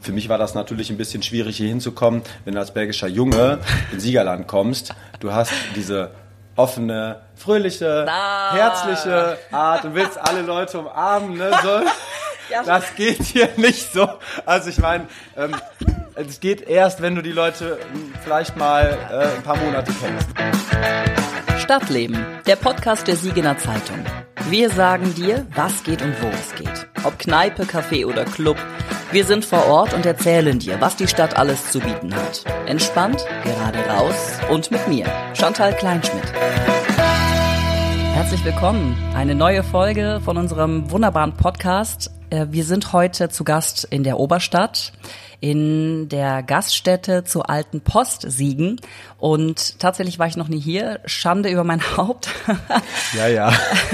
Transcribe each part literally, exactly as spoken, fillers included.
für mich war das natürlich ein bisschen schwierig, hier hinzukommen, wenn du als belgischer Junge in Siegerland kommst. Du hast diese offene, fröhliche, ah. herzliche Art und willst alle Leute umarmen, ne? So. Ja, das geht hier nicht so. Also ich meine, ähm, es geht erst, wenn du die Leute vielleicht mal äh, ein paar Monate kennst. Stadtleben, der Podcast der Siegener Zeitung. Wir sagen dir, was geht und wo es geht. Ob Kneipe, Café oder Club. Wir sind vor Ort und erzählen dir, was die Stadt alles zu bieten hat. Entspannt, gerade raus und mit mir, Chantal Kleinschmidt. Herzlich willkommen. Eine neue Folge von unserem wunderbaren Podcast. Wir sind heute zu Gast in der Oberstadt, in der Gaststätte zur Alten Post Siegen. Und tatsächlich war ich noch nie hier. Schande über mein Haupt. Ja, ja.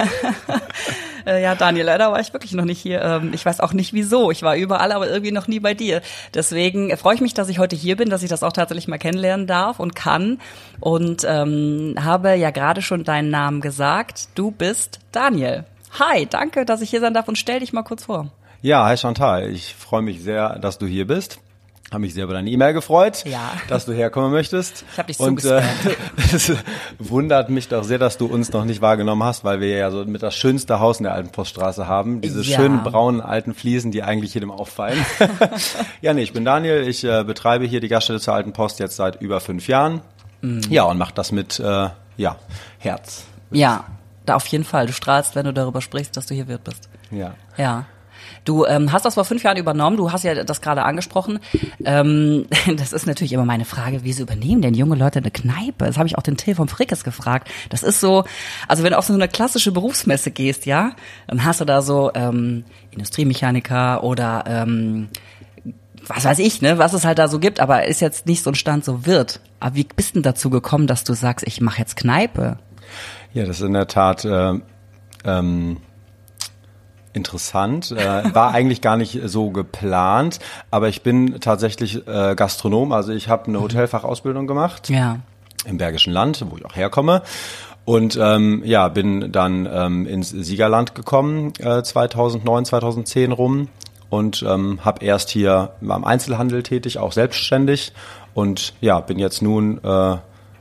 Ja, Daniel, leider war ich wirklich noch nicht hier. Ich weiß auch nicht wieso. Ich war überall, aber irgendwie noch nie bei dir. Deswegen freue ich mich, dass ich heute hier bin, dass ich das auch tatsächlich mal kennenlernen darf und kann. Und ähm, habe ja gerade schon deinen Namen gesagt. Du bist Daniel. Hi, danke, dass ich hier sein darf und stell dich mal kurz vor. Ja, hi Chantal. Ich freue mich sehr, dass du hier bist. Habe mich sehr über deine E-Mail gefreut, ja, dass du herkommen möchtest. Ich habe dich und äh, es wundert mich doch sehr, dass du uns noch nicht wahrgenommen hast, weil wir ja so mit das schönste Haus in der Alten Poststraße haben. Diese ja. schönen braunen alten Fliesen, die eigentlich jedem auffallen. Ja, nee, ich bin Daniel. Ich äh, betreibe hier die Gaststätte zur Alten Post jetzt seit über fünf Jahren. Mhm. Ja, und mache das mit äh, ja Herz. Ja, da auf jeden Fall. Du strahlst, wenn du darüber sprichst, dass du hier Wirt bist. Ja. Ja. Du ähm, hast das vor fünf Jahren übernommen, du hast ja das gerade angesprochen. Ähm, das ist natürlich immer meine Frage, wieso übernehmen denn junge Leute eine Kneipe? Das habe ich auch den Till vom Frickes gefragt. Das ist so, also wenn du auf so eine klassische Berufsmesse gehst, ja, dann hast du da so ähm, Industriemechaniker oder ähm, was weiß ich, ne, was es halt da so gibt, aber ist jetzt nicht so ein Stand so Wirt. Aber wie bist denn dazu gekommen, dass du sagst, ich mache jetzt Kneipe? Ja, das ist in der Tat äh, ähm, interessant. Äh, war eigentlich gar nicht so geplant, aber ich bin tatsächlich äh, Gastronom, also ich habe eine Hotelfachausbildung gemacht, ja, im Bergischen Land, wo ich auch herkomme. Und ähm, ja, bin dann ähm, ins Siegerland gekommen, äh, zweitausendneun, zweitausendzehn rum und ähm, habe erst hier am Einzelhandel tätig, auch selbstständig und ja, bin jetzt nun äh,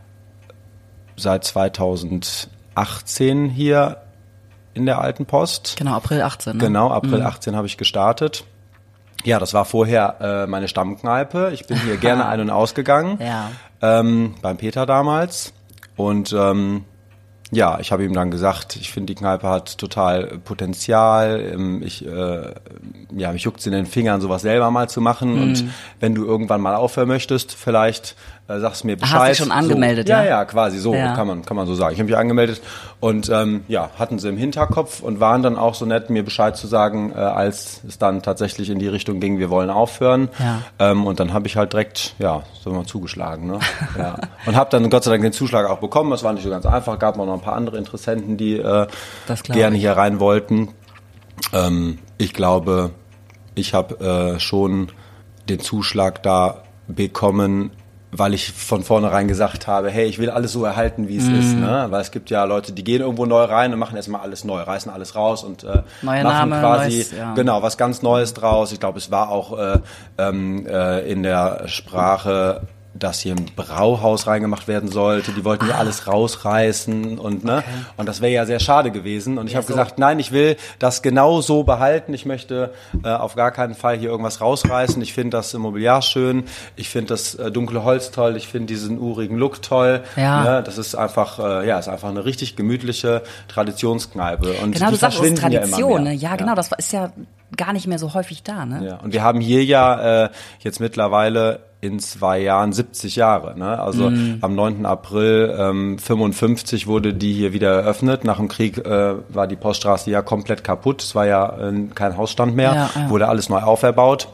seit zweitausendachtzehn hier in der Alten Post. Genau, April achtzehn. Ne? Genau, April mhm. achtzehn habe ich gestartet. Ja, das war vorher äh, meine Stammkneipe. Ich bin hier gerne ein- und ausgegangen. Ja. Ähm, beim Peter damals. Und ähm, ja, ich habe ihm dann gesagt, ich finde, die Kneipe hat total Potenzial. Ich, äh, ja, mich juckt's in den Fingern, sowas selber mal zu machen. Mhm. Und wenn du irgendwann mal aufhören möchtest, vielleicht äh, sagst mir Bescheid. Hast du schon angemeldet, so, ja? Ja, ja, quasi so, ja. kann man kann man so sagen. Ich habe mich angemeldet und ähm, ja, hatten sie im Hinterkopf und waren dann auch so nett, mir Bescheid zu sagen, äh, als es dann tatsächlich in die Richtung ging, wir wollen aufhören. Ja. Ähm, und dann habe ich halt direkt, ja, so mal zugeschlagen. Ne? Ja. Und habe dann Gott sei Dank den Zuschlag auch bekommen. Das war nicht so ganz einfach. Gab auch noch ein paar andere Interessenten, die äh, gerne hier rein wollten. Ähm, ich glaube, ich habe äh, schon den Zuschlag da bekommen, weil ich von vornherein gesagt habe, hey, ich will alles so erhalten, wie es mm. ist, ne? Weil es gibt ja Leute, die gehen irgendwo neu rein und machen erstmal alles neu, reißen alles raus und äh, Neue machen Name, quasi neues, ja. genau was ganz Neues draus. Ich glaube, es war auch äh, ähm, äh, in der Sprache, dass hier ein Brauhaus reingemacht werden sollte. Die wollten ja ah. alles rausreißen und ne okay. und das wäre ja sehr schade gewesen. Und ich ja, habe so. gesagt, nein, ich will das genau so behalten. Ich möchte äh, auf gar keinen Fall hier irgendwas rausreißen. Ich finde das Mobiliar schön. Ich finde das äh, dunkle Holz toll. Ich finde diesen urigen Look toll. Ja. Ne? Das ist einfach, äh, ja, ist einfach eine richtig gemütliche Traditionskneipe. Und genau, die du sagst, das ist Tradition. Ja, immer mehr. Ne? Ja, genau, ja. Das ist ja gar nicht mehr so häufig da. Ne? Ja. Und wir haben hier ja äh, jetzt mittlerweile in zwei Jahren siebzig Jahre. Ne? Also mm. am neunten April ähm, fünfundfünfzig wurde die hier wieder eröffnet. Nach dem Krieg äh, war die Poststraße ja komplett kaputt. Es war ja äh, kein Hausstand mehr. Ja, ja. Wurde alles neu auferbaut.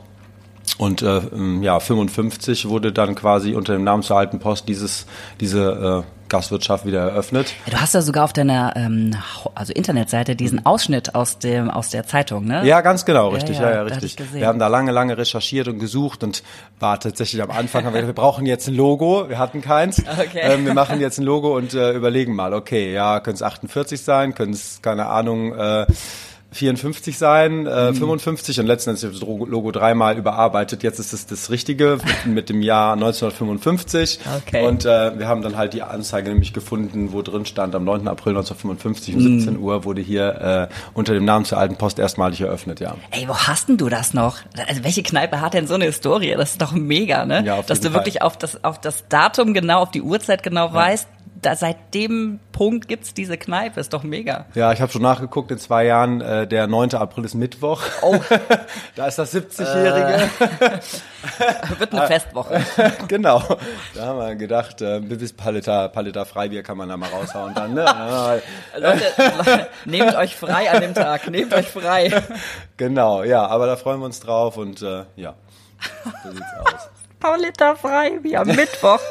Und äh, ja, fünfundfünfzig wurde dann quasi unter dem Namen zur Alten Post dieses diese äh, Gastwirtschaft wieder eröffnet. Ja, du hast ja sogar auf deiner ähm, also Internetseite diesen Ausschnitt aus dem aus der Zeitung, ne? Ja, ganz genau, richtig, ja, ja, ja, ja richtig. Wir haben da lange, lange recherchiert und gesucht und war tatsächlich am Anfang, haben wir, wir brauchen jetzt ein Logo, wir hatten keins. Okay. Ähm, wir machen jetzt ein Logo und äh, überlegen mal, okay, ja, können es achtundvierzig sein, können es, keine Ahnung, äh, vierundfünfzig sein, äh, mhm. fünfundfünfzig und letztendlich habe ich das Logo dreimal überarbeitet. Jetzt ist es das Richtige mit, mit dem Jahr neunzehnhundertfünfundfünfzig. Okay. Und äh, wir haben dann halt die Anzeige nämlich gefunden, wo drin stand, am neunten April neunzehnhundertfünfundfünfzig um mhm. siebzehn Uhr wurde hier äh, unter dem Namen zur Alten Post erstmalig eröffnet, ja. Ey, wo hast denn du das noch? Also welche Kneipe hat denn so eine Historie? Das ist doch mega, ne? Ja, auf Dass du Fall. wirklich auf das, auf das Datum genau, auf die Uhrzeit genau ja. weißt. Da, seit dem Punkt gibt's diese Kneipe, ist doch mega. Ja, ich habe schon nachgeguckt, in zwei Jahren, äh, der neunte April ist Mittwoch. Oh. Da ist das siebzigjährige. Äh, wird eine Festwoche. Genau. Da haben wir gedacht, äh, bis Paletta, Paletta Freibier kann man da mal raushauen dann. Ne? Leute, Leute, nehmt euch frei an dem Tag, nehmt euch frei. Genau, ja, aber da freuen wir uns drauf und äh, ja, so sieht's aus. Paletta Freibier am Mittwoch.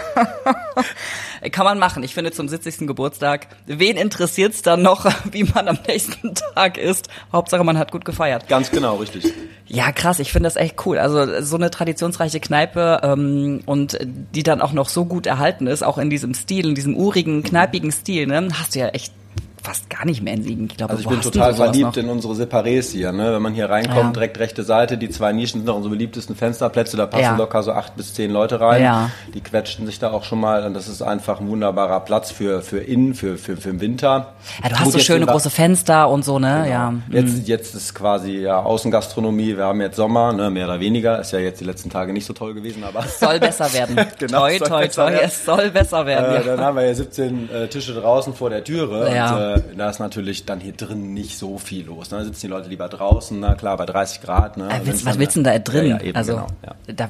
Kann man machen. Ich finde, zum siebzigsten Geburtstag, wen interessiert's dann noch, wie man am nächsten Tag ist? Hauptsache, man hat gut gefeiert. Ganz genau, richtig. Ja, krass. Ich finde das echt cool. Also so eine traditionsreiche Kneipe ähm, und die dann auch noch so gut erhalten ist, auch in diesem Stil, in diesem urigen, kneipigen Stil, ne? Hast du ja echt fast gar nicht mehr in Siegen. Ich glaube, also ich bin total verliebt in unsere Separés hier. Ne? Wenn man hier reinkommt, ja. direkt rechte Seite, die zwei Nischen sind noch unsere beliebtesten Fensterplätze, da passen ja. locker so acht bis zehn Leute rein. Ja. Die quetschen sich da auch schon mal und das ist einfach ein wunderbarer Platz für für innen, für für für den Winter. Ja, du hast so schöne große Fenster und so, ne? Genau. Ja. Jetzt jetzt ist quasi ja Außengastronomie. Wir haben jetzt Sommer, ne, mehr oder weniger. Ist ja jetzt die letzten Tage nicht so toll gewesen, aber es soll besser werden. Genau, toi toi toi, es soll besser werden. Äh, ja. Dann haben wir ja siebzehn äh, Tische draußen vor der Türe ja. und äh, da ist natürlich dann hier drin nicht so viel los. Ne? Da sitzen die Leute lieber draußen, na klar, bei dreißig Grad. Ne? Äh, was was willst du denn da drin? Ja, ja, eben, also, genau, ja. da,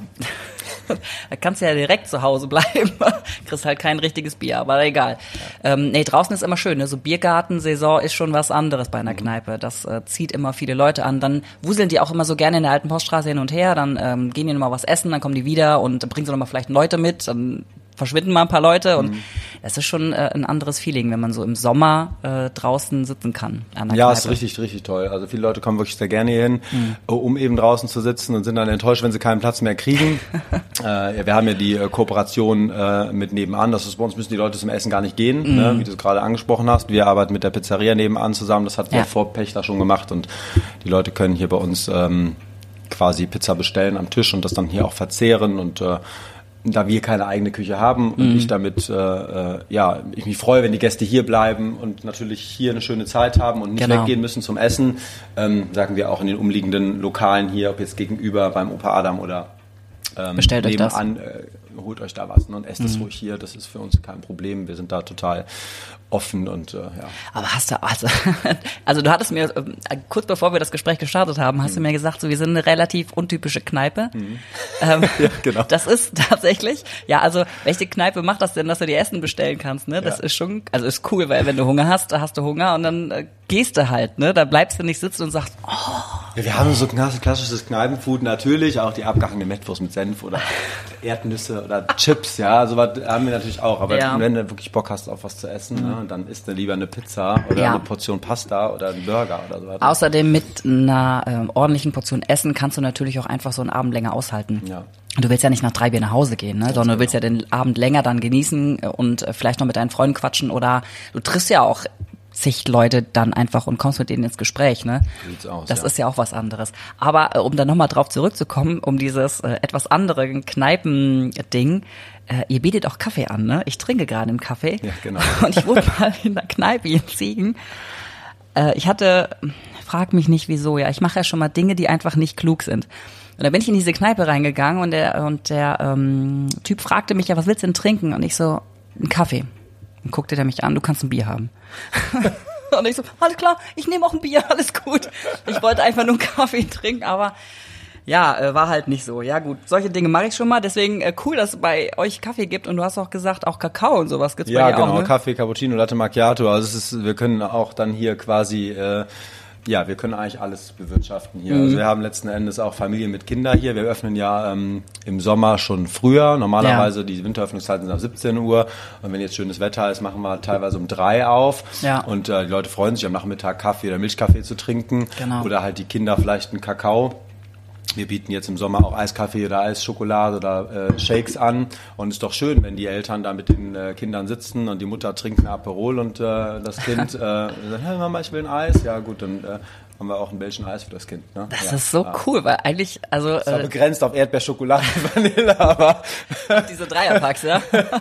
da kannst du ja direkt zu Hause bleiben. Kriegst halt kein richtiges Bier, aber egal. Ja. Ähm, nee, draußen ist immer schön. Ne? So Biergartensaison ist schon was anderes bei einer mhm. Kneipe. Das äh, zieht immer viele Leute an. Dann wuseln die auch immer so gerne in der Alten Poststraße hin und her. Dann ähm, gehen die nochmal was essen, dann kommen die wieder und bringen sie nochmal vielleicht Leute mit. Dann verschwinden mal ein paar Leute und mhm. das ist schon äh, ein anderes Feeling, wenn man so im Sommer äh, draußen sitzen kann. An der ja, Kneipe. Ist richtig, richtig toll. Also viele Leute kommen wirklich sehr gerne hier hin, mhm. um eben draußen zu sitzen und sind dann enttäuscht, wenn sie keinen Platz mehr kriegen. äh, wir haben ja die äh, Kooperation äh, mit nebenan. Das ist, bei uns müssen die Leute zum Essen gar nicht gehen, mhm. ne, wie du es gerade angesprochen hast. Wir arbeiten mit der Pizzeria nebenan zusammen. Das hat ja. der Vorpächter schon gemacht und die Leute können hier bei uns ähm, quasi Pizza bestellen am Tisch und das dann hier auch verzehren und äh, da wir keine eigene Küche haben und mhm. ich damit, äh, äh, ja, ich mich freue, wenn die Gäste hier bleiben und natürlich hier eine schöne Zeit haben und nicht genau. weggehen müssen zum Essen, ähm, sagen wir auch in den umliegenden Lokalen hier, ob jetzt gegenüber beim Opa Adam oder ähm, bestellt nebenan, euch das. Äh, holt euch da was, ne, und esst es mhm. ruhig hier, das ist für uns kein Problem, wir sind da total offen und äh, ja. Aber hast du, also, also du hattest mir, äh, kurz bevor wir das Gespräch gestartet haben, hast mhm. du mir gesagt, so wir sind eine relativ untypische Kneipe. Mhm. Ähm, ja, genau. Das ist tatsächlich, ja, also welche Kneipe macht das denn, dass du dir Essen bestellen kannst, ne? Das ja. ist schon, also ist cool, weil wenn du Hunger hast, hast du Hunger und dann äh, gehst du halt, ne? Da bleibst du nicht sitzen und sagst, oh. Ja, wir haben so klassisches Kneipenfood, natürlich, auch die abgehangene Mettwurst mit Senf oder Erdnüsse oder Chips, ja, sowas haben wir natürlich auch, aber ja. wenn du wirklich Bock hast auf was zu essen, mhm. ne, dann isst du lieber eine Pizza oder ja. eine Portion Pasta oder einen Burger oder sowas. Außerdem mit einer ähm, ordentlichen Portion Essen kannst du natürlich auch einfach so einen Abend länger aushalten. Ja. Du willst ja nicht nach drei Bier nach Hause gehen, ne? Sondern du willst ja den Abend länger dann genießen und äh, vielleicht noch mit deinen Freunden quatschen oder du triffst ja auch zig Leute dann einfach und kommst mit denen ins Gespräch, ne? Sieht's aus, das ja. ist ja auch was anderes. Aber äh, um dann nochmal drauf zurückzukommen, um dieses äh, etwas andere Kneipen-Ding, äh, ihr bietet auch Kaffee an, ne? Ich trinke gerade einen Kaffee. Ja, genau. Und ich wurde mal in der Kneipe in Siegen. Äh, ich hatte, frag mich nicht wieso, ja, ich mache ja schon mal Dinge, die einfach nicht klug sind. Und da bin ich in diese Kneipe reingegangen und der und der ähm, Typ fragte mich, ja, was willst du denn trinken? Und ich so, einen Kaffee. Und guckte der mich an, du kannst ein Bier haben. Und ich so, alles klar, ich nehme auch ein Bier, alles gut. Ich wollte einfach nur einen Kaffee trinken, aber ja, äh, war halt nicht so. Ja gut, solche Dinge mache ich schon mal, deswegen äh, cool, dass es bei euch Kaffee gibt und du hast auch gesagt, auch Kakao und sowas gibt's ja, bei dir genau, auch, ne? Kaffee, Cappuccino, Latte Macchiato, also es ist, wir können auch dann hier quasi... Äh, Ja, wir können eigentlich alles bewirtschaften hier. Mhm. Also wir haben letzten Endes auch Familien mit Kindern hier. Wir öffnen ja ähm, im Sommer schon früher. Normalerweise ja. die Winteröffnungszeiten sind ab siebzehn Uhr. Und wenn jetzt schönes Wetter ist, machen wir teilweise um drei auf. Ja. Und äh, die Leute freuen sich am Nachmittag Kaffee oder Milchkaffee zu trinken. Genau. Oder halt die Kinder vielleicht einen Kakao. Wir bieten jetzt im Sommer auch Eiskaffee oder Eisschokolade oder äh, Shakes an und ist doch schön, wenn die Eltern da mit den äh, Kindern sitzen und die Mutter trinkt ein Aperol und äh, das Kind äh, sagt, hey Mama, ich will ein Eis. Ja gut, dann äh, haben wir auch ein Belgischen Eis für das Kind. Ne? Das ja, ist so ja. cool, weil eigentlich, also... Ist ja begrenzt auf Erdbeerschokolade und Vanille, aber... Diese Dreierpacks, ja?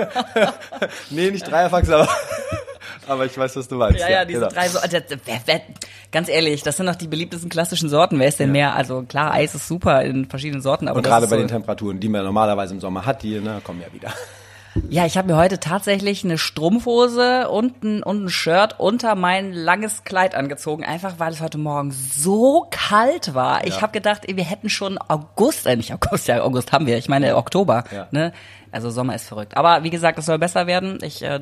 Nee, nicht Dreierpacks, aber... Aber ich weiß, was du meinst. Ja, ja, diese genau. drei so, also, wer, wer, ganz ehrlich, das sind doch die beliebtesten klassischen Sorten. Wer ist denn ja. mehr? Also klar, Eis ist super in verschiedenen Sorten, aber und gerade bei so den Temperaturen, die man normalerweise im Sommer hat, die ne, kommen ja wieder. Ja, ich habe mir heute tatsächlich eine Strumpfhose und ein, und ein Shirt unter mein langes Kleid angezogen, einfach weil es heute Morgen so kalt war. Ja. Ich habe gedacht, wir hätten schon August, äh nicht August, ja August haben wir, ich meine Oktober. Ja. Ne? Also Sommer ist verrückt. Aber wie gesagt, es soll besser werden. Ich äh,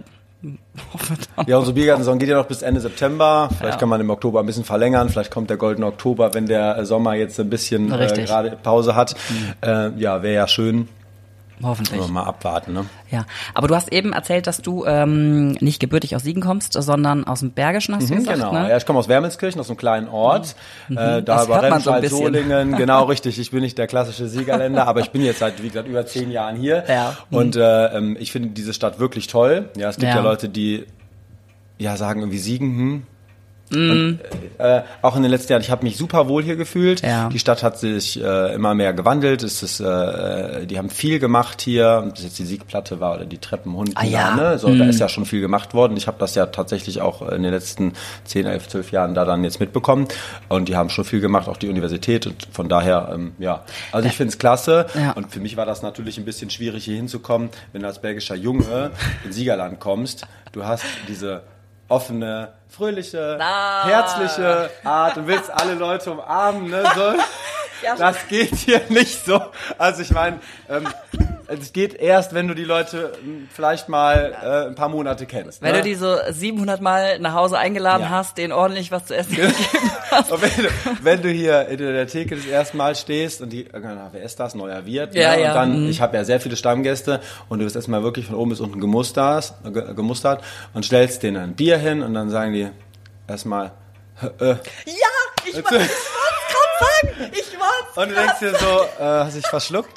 Ja, unsere Biergartensaison geht ja noch bis Ende September. Vielleicht ja. kann man im Oktober ein bisschen verlängern. Vielleicht kommt der goldene Oktober, wenn der Sommer jetzt ein bisschen äh, gerade Pause hat. Mhm. Äh, ja, wäre ja schön. Hoffentlich. Aber mal abwarten, ne? Ja, aber du hast eben erzählt, dass du ähm, nicht gebürtig aus Siegen kommst, sondern aus dem Bergischen, hast mhm, du gesagt, genau. Ne? Ja, ich komme aus Wermelskirchen, aus einem kleinen Ort. Mhm. Äh, da war Remscheid, so Solingen. Genau, richtig. Ich bin nicht der klassische Siegerländer, aber ich bin jetzt seit, wie gesagt, über zehn Jahren hier. Ja. Und äh, ich finde diese Stadt wirklich toll. Ja, es gibt ja, ja Leute, die ja sagen irgendwie Siegen, hm. Und, äh, auch in den letzten Jahren, ich habe mich super wohl hier gefühlt. Ja. Die Stadt hat sich äh, immer mehr gewandelt. Es ist, äh, die haben viel gemacht hier. Ob das jetzt die Siegplatte war oder die Treppenhunden. Ah, ja. da, ne? So, mm. da ist ja schon viel gemacht worden. Ich habe das ja tatsächlich auch in den letzten zehn, elf, zwölf Jahren da dann jetzt mitbekommen. Und die haben schon viel gemacht, auch die Universität. Und von daher, ähm, ja. Also ich finde es klasse. Ja. Und für mich war das natürlich ein bisschen schwierig, hier hinzukommen, wenn du als belgischer Junge ins Siegerland kommst. Du hast diese offene, fröhliche, ah. herzliche Art und willst alle Leute umarmen, ne? So. Ja, das geht hier nicht so. Also ich meine, ähm, es geht erst, wenn du die Leute vielleicht mal äh, ein paar Monate kennst. Wenn ne? du die so siebenhundert Mal nach Hause eingeladen ja. hast, denen ordentlich was zu essen gegeben hast. Und wenn, du, wenn du hier in der Theke das erste Mal stehst und die, wer ist das, neuer Wirt? Ja, ne? ja. Und dann, mhm. ich habe ja sehr viele Stammgäste und du wirst erstmal wirklich von oben bis unten gemustert, gemustert und stellst denen ein Bier hin und dann sagen die erstmal, äh, ja, ich wollte es gerade sagen, ich war's. Und du denkst dir so, äh, hast dich verschluckt?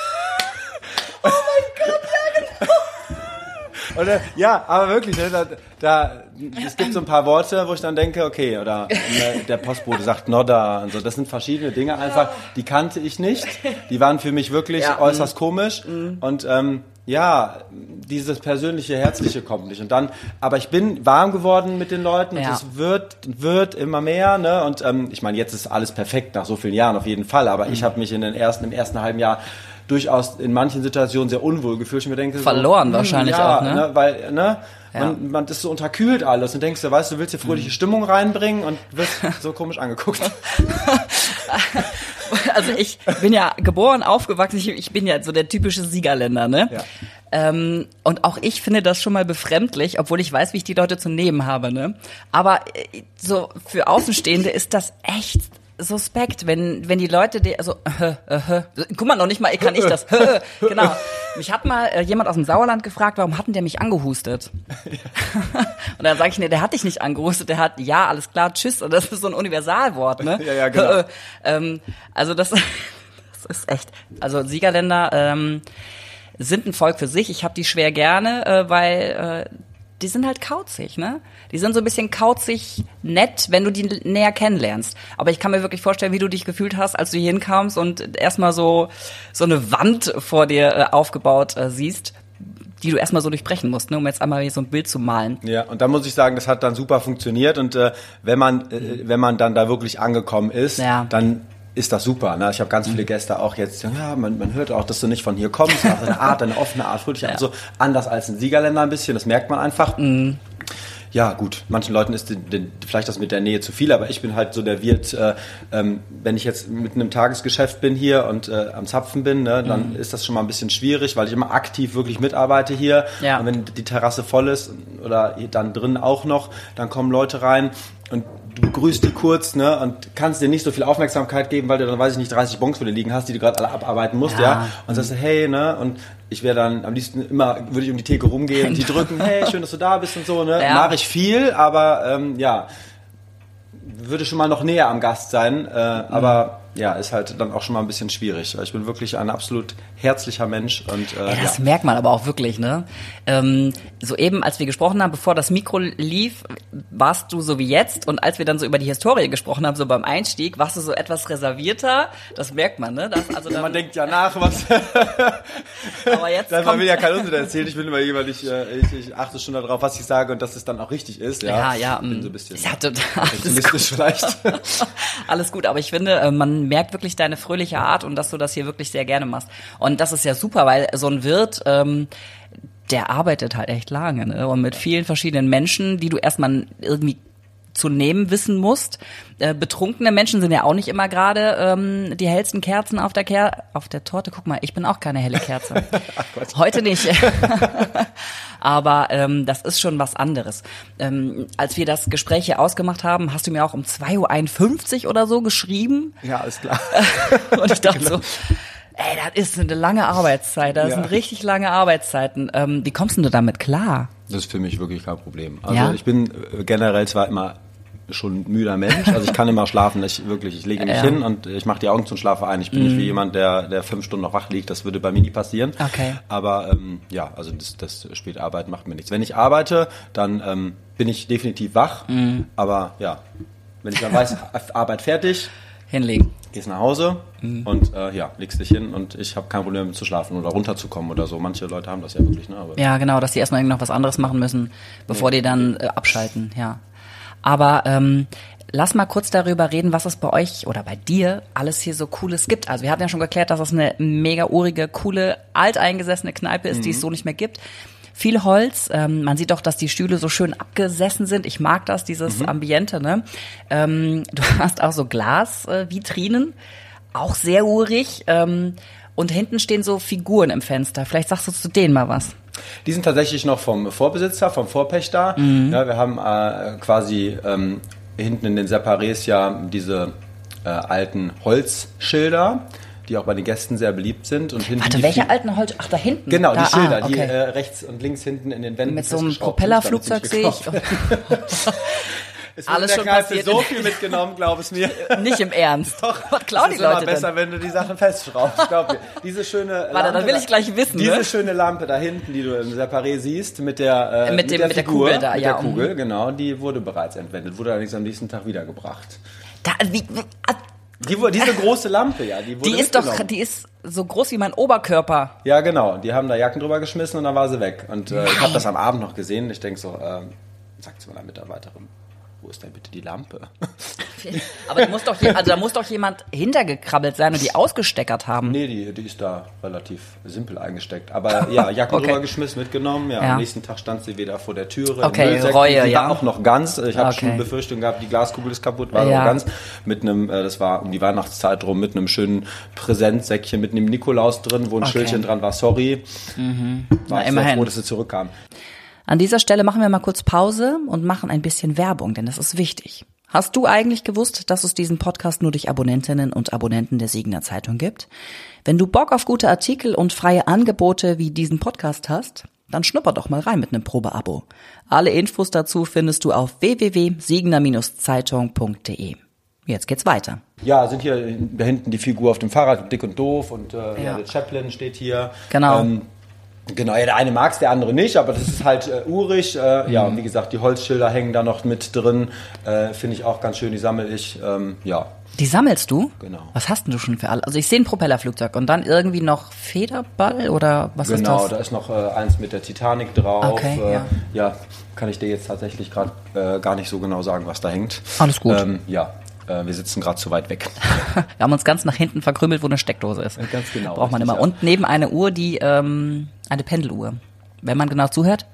Oh mein Gott, ja, genau. Oder, ja, aber wirklich, ne, da, da, es gibt so ein paar Worte, wo ich dann denke, okay, oder ne, der Postbote sagt Nodda und so. Das sind verschiedene Dinge einfach, die kannte ich nicht. Die waren für mich wirklich ja, äußerst mm. komisch. Mm. Und ähm, ja, dieses persönliche, herzliche kommt nicht. Und dann, aber ich bin warm geworden mit den Leuten und es ja. wird, wird immer mehr, ne? Und ähm, ich meine, jetzt ist alles perfekt nach so vielen Jahren auf jeden Fall. Aber mm. ich habe mich in den ersten, im ersten halben Jahr durchaus in manchen Situationen sehr unwohl gefühlt. Ich mir denke, verloren so, wahrscheinlich ja, auch, ne? ne? Weil, ne? Ja. Man, man ist so unterkühlt alles und denkst du, weißt du, willst hier fröhliche Stimmung reinbringen und wirst so komisch angeguckt. Also ich bin ja geboren, aufgewachsen, ich, ich bin ja so der typische Siegerländer, ne? Ja. Ähm, und auch ich finde das schon mal befremdlich, obwohl ich weiß, wie ich die Leute zu nehmen habe, ne? Aber äh, so für Außenstehende ist das echt suspekt, wenn wenn die Leute die also äh, äh, äh, guck mal, noch nicht mal kann ich das äh, genau. Mich hat mal äh, jemand aus dem Sauerland gefragt, warum hat denn der mich angehustet? Ja. Und dann sage ich, nee, der hat dich nicht angehustet, der hat ja, alles klar, tschüss, und das ist so ein Universalwort, ne? Ja, ja, genau. Äh, ähm, also das, das ist echt, also Siegerländer ähm, sind ein Volk für sich. Ich habe die schwer gerne, äh, weil äh, die sind halt kauzig, ne? Die sind so ein bisschen kauzig nett, wenn du die näher kennenlernst. Aber ich kann mir wirklich vorstellen, wie du dich gefühlt hast, als du hier hinkamst und erstmal so so eine Wand vor dir äh, aufgebaut äh, siehst, die du erstmal so durchbrechen musst, ne, um jetzt einmal hier so ein Bild zu malen. Ja, und da muss ich sagen, das hat dann super funktioniert und äh, wenn man äh, wenn man dann da wirklich angekommen ist, ja. dann ist das super. Ne? Ich habe ganz viele Gäste auch jetzt, ja, man, man hört auch, dass du nicht von hier kommst, also eine Art, eine offene Art, fröhliche Art, ja. so anders als ein Siegerländer ein bisschen, das merkt man einfach. Mhm. Ja, gut, manchen Leuten ist die, die, vielleicht das mit der Nähe zu viel, aber ich bin halt so der Wirt, äh, ähm, wenn ich jetzt mitten im Tagesgeschäft bin hier und äh, am Zapfen bin, ne, dann mhm. ist das schon mal ein bisschen schwierig, weil ich immer aktiv wirklich mitarbeite hier. Ja. Und wenn die Terrasse voll ist oder dann drin auch noch, dann kommen Leute rein und du begrüßt die kurz, ne, und kannst dir nicht so viel Aufmerksamkeit geben, weil du dann, weiß ich nicht, dreißig Bons für dir liegen hast, die du gerade alle abarbeiten musst, ja, ja? Und sagst, hey, ne, und ich wäre dann am liebsten immer, würde ich um die Theke rumgehen und die drücken, hey, schön, dass du da bist und so, ne, ja. Mache ich viel, aber, ähm, ja, würde schon mal noch näher am Gast sein, äh, mhm. aber ja, ist halt dann auch schon mal ein bisschen schwierig. Ich bin wirklich ein absolut herzlicher Mensch. Und, äh, Ey, das ja. merkt man aber auch wirklich, ne? Ähm, so eben, als wir gesprochen haben, bevor das Mikro lief, warst du so wie jetzt. Und als wir dann so über die Historie gesprochen haben, so beim Einstieg, warst du so etwas reservierter. Das merkt man, ne? Das, also dann, man denkt ja nach, was... aber jetzt man kommt, will ja keinen Unsinn erzählen. Ich bin immer jemand, ich, ich, ich achte schon darauf, was ich sage und dass es dann auch richtig ist. Ja, ja. ja ich bin so ein bisschen ja, total, optimistisch vielleicht. Alles gut, aber ich finde, man merkt wirklich deine fröhliche Art und dass du das hier wirklich sehr gerne machst. Und das ist ja super, weil so ein Wirt, ähm, der arbeitet halt echt lange, ne? Und mit vielen verschiedenen Menschen, die du erstmal irgendwie zu nehmen wissen musst. Äh, betrunkene Menschen sind ja auch nicht immer gerade ähm, die hellsten Kerzen auf der Ker- auf der Torte. Guck mal, ich bin auch keine helle Kerze. Heute nicht. Aber ähm, das ist schon was anderes. Ähm, als wir das Gespräch hier ausgemacht haben, hast du mir auch um zwei Uhr einundfünfzig oder so geschrieben. Ja, ist klar. Und ich dachte so, ey, das ist eine lange Arbeitszeit. Das ja. sind richtig lange Arbeitszeiten. Ähm, wie kommst denn du damit klar? Das ist für mich wirklich kein Problem. Also ja? ich bin generell zwar immer schon ein müder Mensch, also ich kann immer schlafen, ich wirklich, ich lege mich ja. hin und ich mache die Augen zu und schlafe ein. Ich bin mm. nicht wie jemand, der der fünf Stunden noch wach liegt, das würde bei mir nie passieren. Okay. Aber ähm, ja, also das, das Spätarbeiten macht mir nichts. Wenn ich arbeite, dann ähm, bin ich definitiv wach, mm. aber ja, wenn ich dann weiß, Arbeit fertig, hinlegen. Gehst nach Hause mhm. und äh, ja, legst dich hin und ich habe kein Problem zu schlafen oder runterzukommen oder so. Manche Leute haben das ja wirklich, ne? Aber ja, genau, dass die erstmal noch was anderes machen müssen, bevor nee. die dann äh, abschalten, ja. Aber ähm, lass mal kurz darüber reden, was es bei euch oder bei dir alles hier so Cooles gibt. Also wir hatten ja schon geklärt, dass es eine mega urige, coole, alteingesessene Kneipe ist, mhm. die es so nicht mehr gibt. Viel Holz, ähm, man sieht auch, dass die Stühle so schön abgesessen sind. Ich mag das, dieses mhm. Ambiente, ne? Ähm, du hast auch so Glasvitrinen, äh, auch sehr urig. Ähm, und hinten stehen so Figuren im Fenster. Vielleicht sagst du zu denen mal was. Die sind tatsächlich noch vom Vorbesitzer, vom Vorpächter. Mhm. Ja, wir haben äh, quasi ähm, hinten in den Separés ja diese äh, alten Holzschilder, die auch bei den Gästen sehr beliebt sind. Und hinten Warte, welche alten Holz? Ach, da hinten? Genau, da, die Schilder, ah, okay. die äh, rechts und links hinten in den Wänden mit so einem Propellerflugzeug sehe ich. Es wird alles in der Kneipe so viel mitgenommen, glaub es mir. Nicht im Ernst. Doch, was klauen die Leute denn? Es ist immer besser, wenn du die Sachen festschraubst, glaub mir. Diese schöne Lampe, Warte, das will ich gleich wissen. Diese ne? schöne Lampe da hinten, die du im Separé siehst, mit der, äh, mit, dem, mit der mit Figur, der Kugel da, mit ja. der Kugel, genau, die wurde bereits entwendet, wurde allerdings am nächsten Tag wiedergebracht. Da, wie, wie, Die, diese große Lampe, ja, die wurde Die ist doch, die ist so groß wie mein Oberkörper. Ja, genau. Die haben da Jacken drüber geschmissen und dann war sie weg. Und äh, ich habe das am Abend noch gesehen. Ich denke so, äh, sagt zu meiner Mitarbeiterin, wo ist denn bitte die Lampe? Aber da muss doch, also da muss doch jemand hintergekrabbelt sein und die ausgesteckert haben. Nee, die, die ist da relativ simpel eingesteckt. Aber ja, Jacken okay. drüber geschmissen, mitgenommen. Ja, ja, am nächsten Tag stand sie wieder vor der Türe. Okay, Reue, die ja. war auch noch ganz. Ich habe okay. schon Befürchtung gehabt, die Glaskugel ist kaputt, war ja. noch ganz. Mit einem, äh, das war um die Weihnachtszeit rum, mit einem schönen Präsentsäckchen mit einem Nikolaus drin, wo ein okay. Schildchen dran war, sorry. Mhm. War Na, ich sehr froh, dass sie zurückkam. An dieser Stelle machen wir mal kurz Pause und machen ein bisschen Werbung, denn das ist wichtig. Hast du eigentlich gewusst, dass es diesen Podcast nur durch Abonnentinnen und Abonnenten der Siegener Zeitung gibt? Wenn du Bock auf gute Artikel und freie Angebote wie diesen Podcast hast, dann schnupper doch mal rein mit einem Probeabo. Alle Infos dazu findest du auf w w w punkt siegener Zeitung punkt d e. Jetzt geht's weiter. Ja, sind hier da hinten die Figur auf dem Fahrrad, dick und doof, und äh, ja. Ja, der Chaplin steht hier. Genau. Ähm, Genau, ja, der eine mag's, der andere nicht, aber das ist halt äh, urig. Äh, mhm. Ja, und wie gesagt, die Holzschilder hängen da noch mit drin. Äh, Finde ich auch ganz schön, die sammle ich. Ähm, ja. Die sammelst du? Genau. Was hast denn du schon für alle? Also ich sehe ein Propellerflugzeug und dann irgendwie noch Federball oder was genau, ist das? Genau, da ist noch äh, eins mit der Titanic drauf. Okay, äh, ja. ja, kann ich dir jetzt tatsächlich gerade äh, gar nicht so genau sagen, was da hängt. Alles gut. Ähm, ja. Wir sitzen gerade zu weit weg. Wir haben uns ganz nach hinten verkrümelt, wo eine Steckdose ist. Ganz genau. Braucht man immer. Ja. Und neben eine Uhr, die ähm, eine Pendeluhr. Wenn man genau zuhört.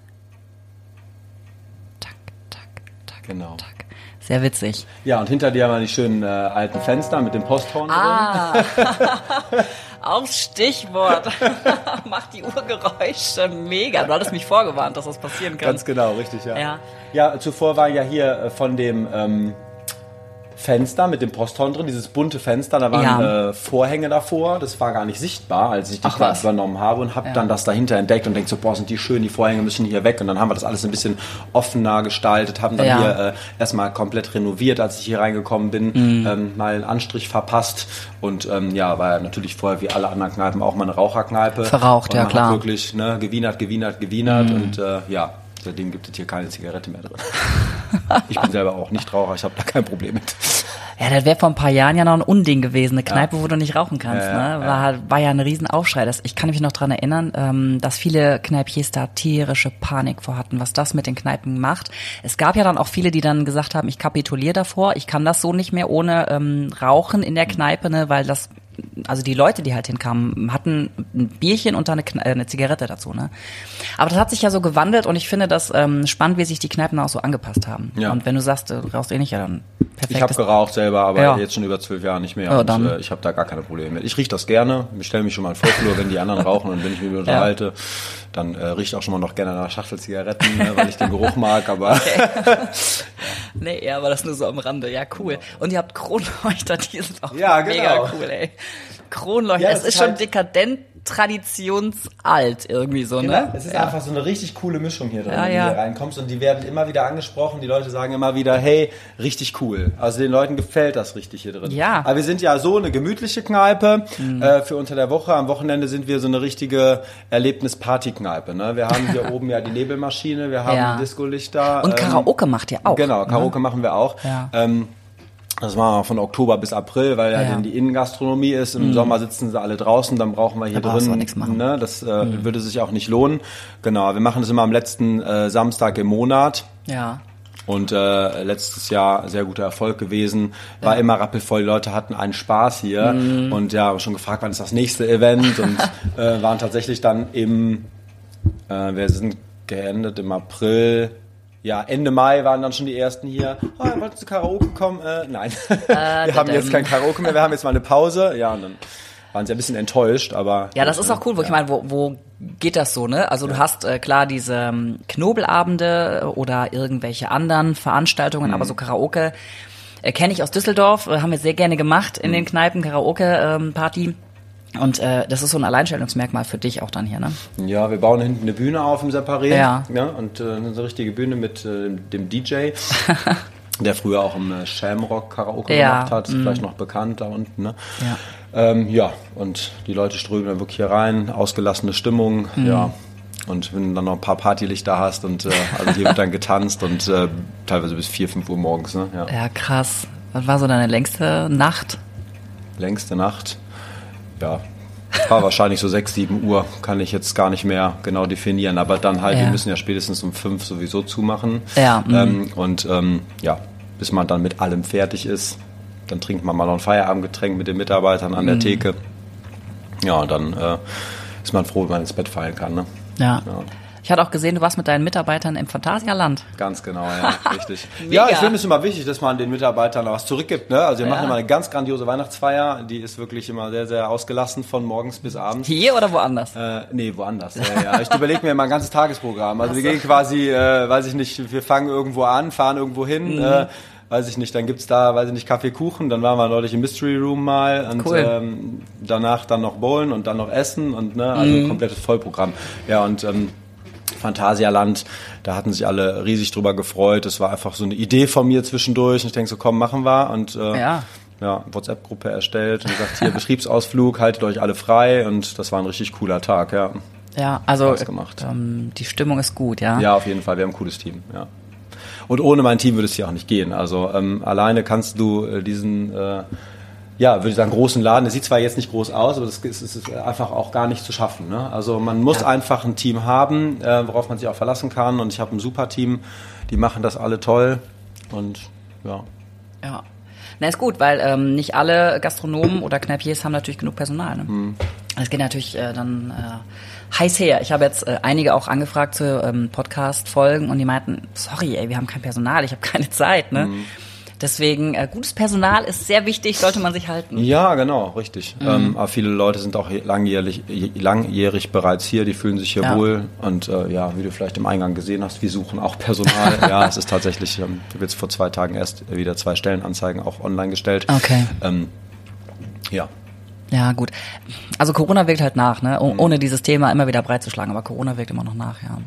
Tack, tack, tack, genau. tack. Sehr witzig. Ja, und hinter dir haben wir die schönen äh, alten Fenster mit dem Posthorn ah. drin. Auch Stichwort. Macht die Uhr Geräusche. Mega. Du hattest mich vorgewarnt, dass das passieren kann. Ganz genau, richtig, ja. Ja, ja zuvor war ja hier von dem... Ähm, Fenster mit dem Posthorn drin, dieses bunte Fenster, da waren ja. äh, Vorhänge davor, das war gar nicht sichtbar, als ich die Kneipe übernommen habe und habe ja. dann das dahinter entdeckt und denke so, boah, sind die schön, die Vorhänge müssen hier weg und dann haben wir das alles ein bisschen offener gestaltet, haben dann ja. hier äh, erstmal komplett renoviert, als ich hier reingekommen bin, mhm. ähm, mal einen Anstrich verpasst und ähm, ja, war ja natürlich vorher wie alle anderen Kneipen auch mal eine Raucherkneipe. Verraucht, ja klar. Wirklich, ne, gewienert, gewienert, gewienert mhm. und äh, ja, seitdem gibt es hier keine Zigarette mehr drin. Ich bin selber auch nicht Raucher, ich habe da kein Problem mit. Ja, das wäre vor ein paar Jahren ja noch ein Unding gewesen, eine Kneipe, ja. wo du nicht rauchen kannst. Ja, ne? War, ja. war ja ein Riesenaufschrei. Das, ich kann mich noch dran erinnern, ähm, dass viele Kneipiers da tierische Panik vor hatten, was das mit den Kneipen macht. Es gab ja dann auch viele, die dann gesagt haben, ich kapituliere davor, ich kann das so nicht mehr ohne ähm, Rauchen in der Kneipe, ne, weil das... Also die Leute, die halt hinkamen, hatten ein Bierchen und dann eine, eine Zigarette dazu, ne? Aber das hat sich ja so gewandelt und ich finde das ähm, spannend, wie sich die Kneipen auch so angepasst haben. Ja. Und wenn du sagst, du rauchst eh nicht, ja dann perfekt. Ich habe geraucht selber, aber ja. jetzt schon über zwölf Jahre nicht mehr. Ja, und äh, ich habe da gar keine Probleme mit. Ich rieche das gerne. Ich stelle mich schon mal in den Vorflur, wenn die anderen rauchen und wenn ich mich unterhalte, ja. dann äh, rieche ich auch schon mal noch gerne nach Schachtelzigaretten, ne, weil ich den Geruch mag. Aber okay. Nee, ja, aber das nur so am Rande. Ja, cool. Und ihr habt Kronleuchter, die sind auch ja, mega genau. cool, ey. Kronleuchter, ja, es, es ist schon halt dekadent, traditionsalt irgendwie so, genau. ne? Es ist ja. einfach so eine richtig coole Mischung hier drin, ja, wenn ja. du hier reinkommst und die werden immer wieder angesprochen, die Leute sagen immer wieder, hey, richtig cool. Also den Leuten gefällt das richtig hier drin. Ja. Aber wir sind ja so eine gemütliche Kneipe mhm. äh, für unter der Woche. Am Wochenende sind wir so eine richtige Erlebnis-Party-Kneipe, ne? Wir haben hier oben ja die Nebelmaschine, wir haben ja. Disco-Lichter. Und Karaoke ähm, macht ihr auch. Genau, Karaoke ne? machen wir auch. Ja. Ähm, Das machen wir von Oktober bis April, weil ja, ja. dann die Innengastronomie ist. Im mhm. Sommer sitzen sie alle draußen, dann brauchen wir hier da drin. Nichts machen. Ne, das äh, mhm. würde sich auch nicht lohnen. Genau, wir machen das immer am letzten äh, Samstag im Monat. Ja. Und äh, letztes Jahr sehr guter Erfolg gewesen. War ja. immer rappelvoll, die Leute hatten einen Spaß hier. Mhm. Und ja, haben schon gefragt, wann ist das nächste Event? Und äh, waren tatsächlich dann im, äh, wir sind geendet im April. Ja, Ende Mai waren dann schon die ersten hier. Oh, wollten Sie Karaoke kommen? Äh, nein, äh, wir haben jetzt kein Karaoke mehr, wir haben jetzt mal eine Pause. Ja, und dann waren sie ein bisschen enttäuscht, aber... Ja, das ist auch cool, wo ja. ich meine, wo, wo geht das so, ne? Also ja. du hast äh, klar diese ähm, Knobelabende oder irgendwelche anderen Veranstaltungen, mhm. aber so Karaoke äh, kenne ich aus Düsseldorf, äh, haben wir sehr gerne gemacht in mhm. den Kneipen, Karaoke-Party. Ähm, Und äh, das ist so ein Alleinstellungsmerkmal für dich auch dann hier, ne? Ja, wir bauen hinten eine Bühne auf im Separé. Ja. ja und äh, eine richtige Bühne mit äh, dem D J, der früher auch im äh, Shamrock Karaoke ja. gemacht hat. Ist mm. vielleicht noch bekannt da unten, ne? Ja. Ähm, ja, und die Leute strömen dann wirklich hier rein, ausgelassene Stimmung, mm. ja. Und wenn du dann noch ein paar Partylichter hast und äh, also hier wird dann getanzt und äh, teilweise bis vier, fünf Uhr morgens, ne? Ja. ja, krass. Was war so deine längste Nacht? Längste Nacht? Ja, war wahrscheinlich so sechs, sieben Uhr, kann ich jetzt gar nicht mehr genau definieren, aber dann halt, ja. wir müssen ja spätestens um fünf sowieso zumachen. Ja. Ähm, und ähm, ja, bis man dann mit allem fertig ist, dann trinkt man mal noch ein Feierabendgetränk mit den Mitarbeitern an der mhm. Theke. Ja, und dann äh, ist man froh, wenn man ins Bett fallen kann. Ne? Ja. ja. Ich hatte auch gesehen, du warst mit deinen Mitarbeitern im Phantasialand. Ganz genau, ja, richtig. Ja, ich finde es immer wichtig, dass man den Mitarbeitern was zurückgibt. Ne? Also wir ja. machen immer eine ganz grandiose Weihnachtsfeier, die ist wirklich immer sehr, sehr ausgelassen von morgens bis abends. Hier oder woanders? Äh, nee, woanders. Ja, ja. Ich überlege mir immer ein ganzes Tagesprogramm. Also wir gehen quasi, äh, weiß ich nicht, wir fangen irgendwo an, fahren irgendwo hin, mhm. äh, weiß ich nicht, dann gibt's da, weiß ich nicht, Kaffee, Kuchen, dann waren wir neulich im Mystery Room mal und cool. ähm, danach dann noch bowlen und dann noch essen und ne, also mhm. ein komplettes Vollprogramm. Ja, und ähm, Phantasialand, da hatten sich alle riesig drüber gefreut. Das war einfach so eine Idee von mir zwischendurch. Und ich denke so, komm, machen wir. Und äh, ja. ja, WhatsApp-Gruppe erstellt und gesagt, hier Betriebsausflug, haltet euch alle frei. Und das war ein richtig cooler Tag, ja. Ja, also gemacht. Ähm, die Stimmung ist gut, ja. Ja, auf jeden Fall. Wir haben ein cooles Team, ja. Und ohne mein Team würde es hier auch nicht gehen. Also ähm, alleine kannst du äh, diesen... Äh, ja, würde ich sagen, großen Laden. Das sieht zwar jetzt nicht groß aus, aber das ist, ist einfach auch gar nicht zu schaffen. Ne? Also man muss ja. einfach ein Team haben, äh, worauf man sich auch verlassen kann. Und ich habe ein super Team, die machen das alle toll. Und ja. Ja. Na, ist gut, weil ähm, nicht alle Gastronomen oder Kneipiers haben natürlich genug Personal. Ne? Mhm. Das geht natürlich äh, dann äh, heiß her. Ich habe jetzt äh, einige auch angefragt zu ähm, Podcast-Folgen und die meinten, sorry, ey, wir haben kein Personal, ich habe keine Zeit. Ne? Mhm. Deswegen, äh, gutes Personal ist sehr wichtig, sollte man sich halten. Ja, genau, richtig. Mhm. Ähm, aber viele Leute sind auch langjährig, langjährig bereits hier, die fühlen sich hier ja. wohl. Und äh, ja, wie du vielleicht im Eingang gesehen hast, wir suchen auch Personal. Ja, es ist tatsächlich, ähm, ich habe jetzt vor zwei Tagen erst wieder zwei Stellenanzeigen auch online gestellt. Okay. Ähm, ja. Ja, gut. Also Corona wirkt halt nach, ne? Oh, mhm. Ohne dieses Thema immer wieder breit zu schlagen, aber Corona wirkt immer noch nach, ja.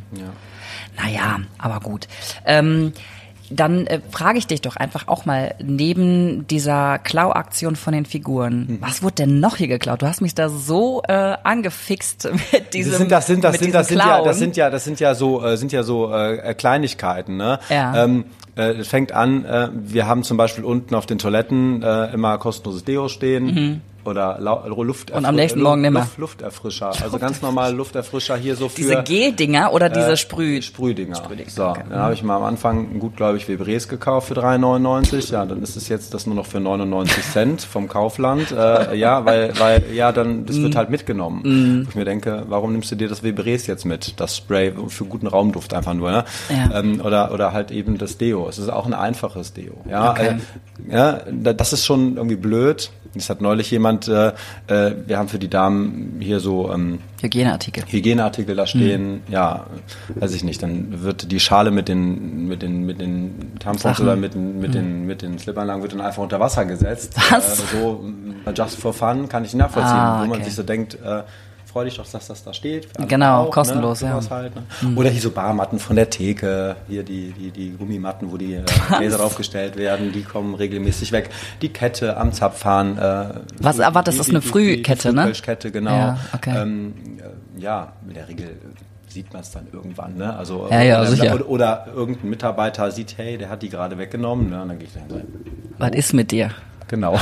Ja. Naja, aber gut. Ähm, dann äh, frage ich dich doch einfach auch mal, neben dieser Klauaktion von den Figuren, mhm. was wurde denn noch hier geklaut? Du hast mich da so äh, angefixt mit diesem das sind, das sind, das mit sind, das sind ja, das sind ja, das sind ja so, äh, sind ja so äh, Kleinigkeiten, ne? Ja. Ähm, äh, es fängt an, äh, wir haben zum Beispiel unten auf den Toiletten äh, immer kostenloses Deo stehen. Mhm. Oder Lufterfrischer. Und am nächsten Morgen nimmer. Luft, Lufterfrischer. Also ganz normal Lufterfrischer hier so für... Diese Gel-Dinger oder diese Sprüh... Äh, Sprühdinger. Sprühdinger. So, okay. Dann habe ich mal am Anfang gutgläubig Vibrés gekauft für drei neunundneunzig. Ja, dann ist es jetzt das nur noch für neunundneunzig Cent vom Kaufland. Äh, ja, weil, weil, ja, dann, das wird halt mitgenommen. Mm. Wo ich mir denke, warum nimmst du dir das Vibrés jetzt mit? Das Spray für guten Raumduft einfach nur, ne? Ja. Ähm, oder, oder halt eben das Deo. Es ist auch ein einfaches Deo. Ja, okay. äh, ja, das ist schon irgendwie blöd. Es hat neulich jemand, äh, äh, wir haben für die Damen hier so ähm, Hygieneartikel. Hygieneartikel da stehen, mhm. ja, weiß ich nicht, dann wird die Schale mit den mit den mit den Tampons Sachen. Oder mit den mit mhm. den mit den Slipanlagen wird dann einfach unter Wasser gesetzt. Was? Äh, so just for fun kann ich nachvollziehen, ah, wo okay. man sich so denkt, äh, freu dich doch, dass das da steht. Genau, auch, kostenlos, ne? ja. Halt, ne? mhm. Oder hier so Barmatten von der Theke, hier die, die, die Gummimatten, wo die äh, Gläser draufgestellt werden, die kommen regelmäßig weg. Die Kette am Zapfhahn. Äh, Was, die, aber das die, ist eine die, Frühkette, die, die ne? Frühkölschkette, genau. Ja, okay. ähm, ja, in der Regel sieht man es dann irgendwann, ne? Also, ja, ja, oder, sicher. Oder, oder irgendein Mitarbeiter sieht, hey, der hat die gerade weggenommen, ne? Und dann gehe ich da hin. Was ist mit dir? Genau.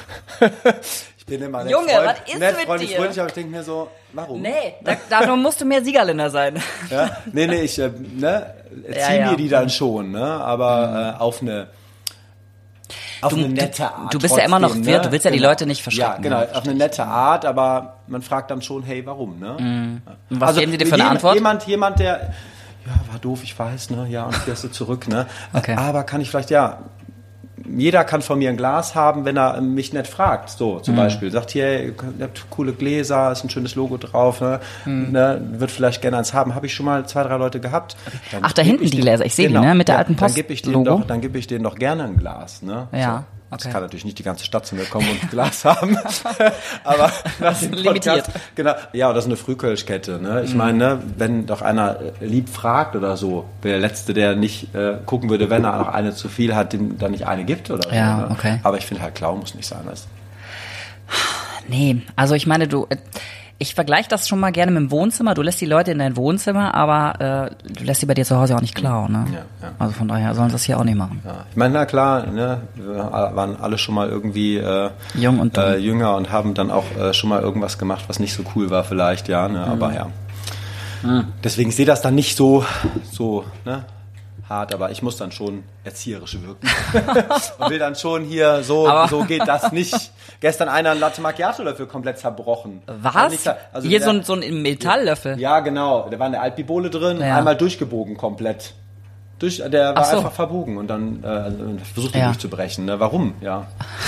Ich bin immer nett, Junge, Freund, was ist nett, mit freundlich, dir? fröhlich, aber ich denke mir so, warum? Nee, da, da musst du mehr Siegerländer sein. Ja? Nee, nee, ich äh, ne, zieh ja, ja. mir die dann schon, ne? Aber mhm. äh, auf eine auf du, eine nette Art. Du bist trotzdem, ja immer noch ne? Wirt, du willst ja die genau. Leute nicht verschrecken. Ja, genau, ne? auf eine nette Art, aber man fragt dann schon, hey, warum, ne? Mhm. Und was also, geben die dir für eine jemand, Antwort? Jemand, jemand, der, ja, war doof, ich weiß, ne? Ja, und fährst du zurück, ne? Okay. Aber kann ich vielleicht, ja, jeder kann von mir ein Glas haben, wenn er mich nett fragt. So, zum mhm. Beispiel. Sagt hier, ihr habt coole Gläser, ist ein schönes Logo drauf, ne? Mhm. Ne? Wird vielleicht gerne eins haben. Habe ich schon mal zwei, drei Leute gehabt. Dann Ach, da hinten die Gläser, ich sehe genau. die, ne? Mit der ja, alten Post. Dann gebe ich denen doch, dann gebe ich denen doch gerne ein Glas, ne? Ja. So. Okay. Das kann natürlich nicht die ganze Stadt zu mir kommen und ein Glas haben, aber das ist limitiert. Genau, ja, oder so eine Frühkölschkette. Ne? Ich mm. meine, ne, wenn doch einer lieb fragt oder so, der Letzte, der nicht äh, gucken würde, wenn er noch eine zu viel hat, dem dann nicht eine gibt oder so. Ja, ne? okay. Aber ich finde halt, Klau muss nicht sein. Weißt? Nee, also ich meine, du... Ich vergleiche das schon mal gerne mit dem Wohnzimmer. Du lässt die Leute in dein Wohnzimmer, aber äh, du lässt sie bei dir zu Hause auch nicht klauen. Ne? Ja, ja. Also von daher sollen sie das hier auch nicht machen. Ja. Ich meine, na klar, ne, wir waren alle schon mal irgendwie äh, Jung und äh, jünger und haben dann auch äh, schon mal irgendwas gemacht, was nicht so cool war vielleicht, ja. Ne? Aber mhm. ja. Mhm. Deswegen sehe das dann nicht so, so ne, hart, aber ich muss dann schon erzieherisch wirken. Und will dann schon hier, so, so geht das nicht. Gestern einer ein Latte Macchiato dafür komplett zerbrochen. Was? Nicht, also hier der, so ein, so ein Metalllöffel? Ja, genau. Da war eine Altbibole drin, ja. Einmal durchgebogen komplett. Durch, der war so. einfach verbogen und dann äh, versucht er ja. durchzubrechen. Ne? Warum? Ja.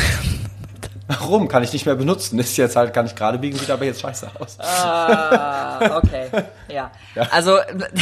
Warum? Kann ich nicht mehr benutzen. Ist jetzt halt, kann ich gerade biegen, sieht aber jetzt scheiße aus. Ah, okay. Ja. ja. Also,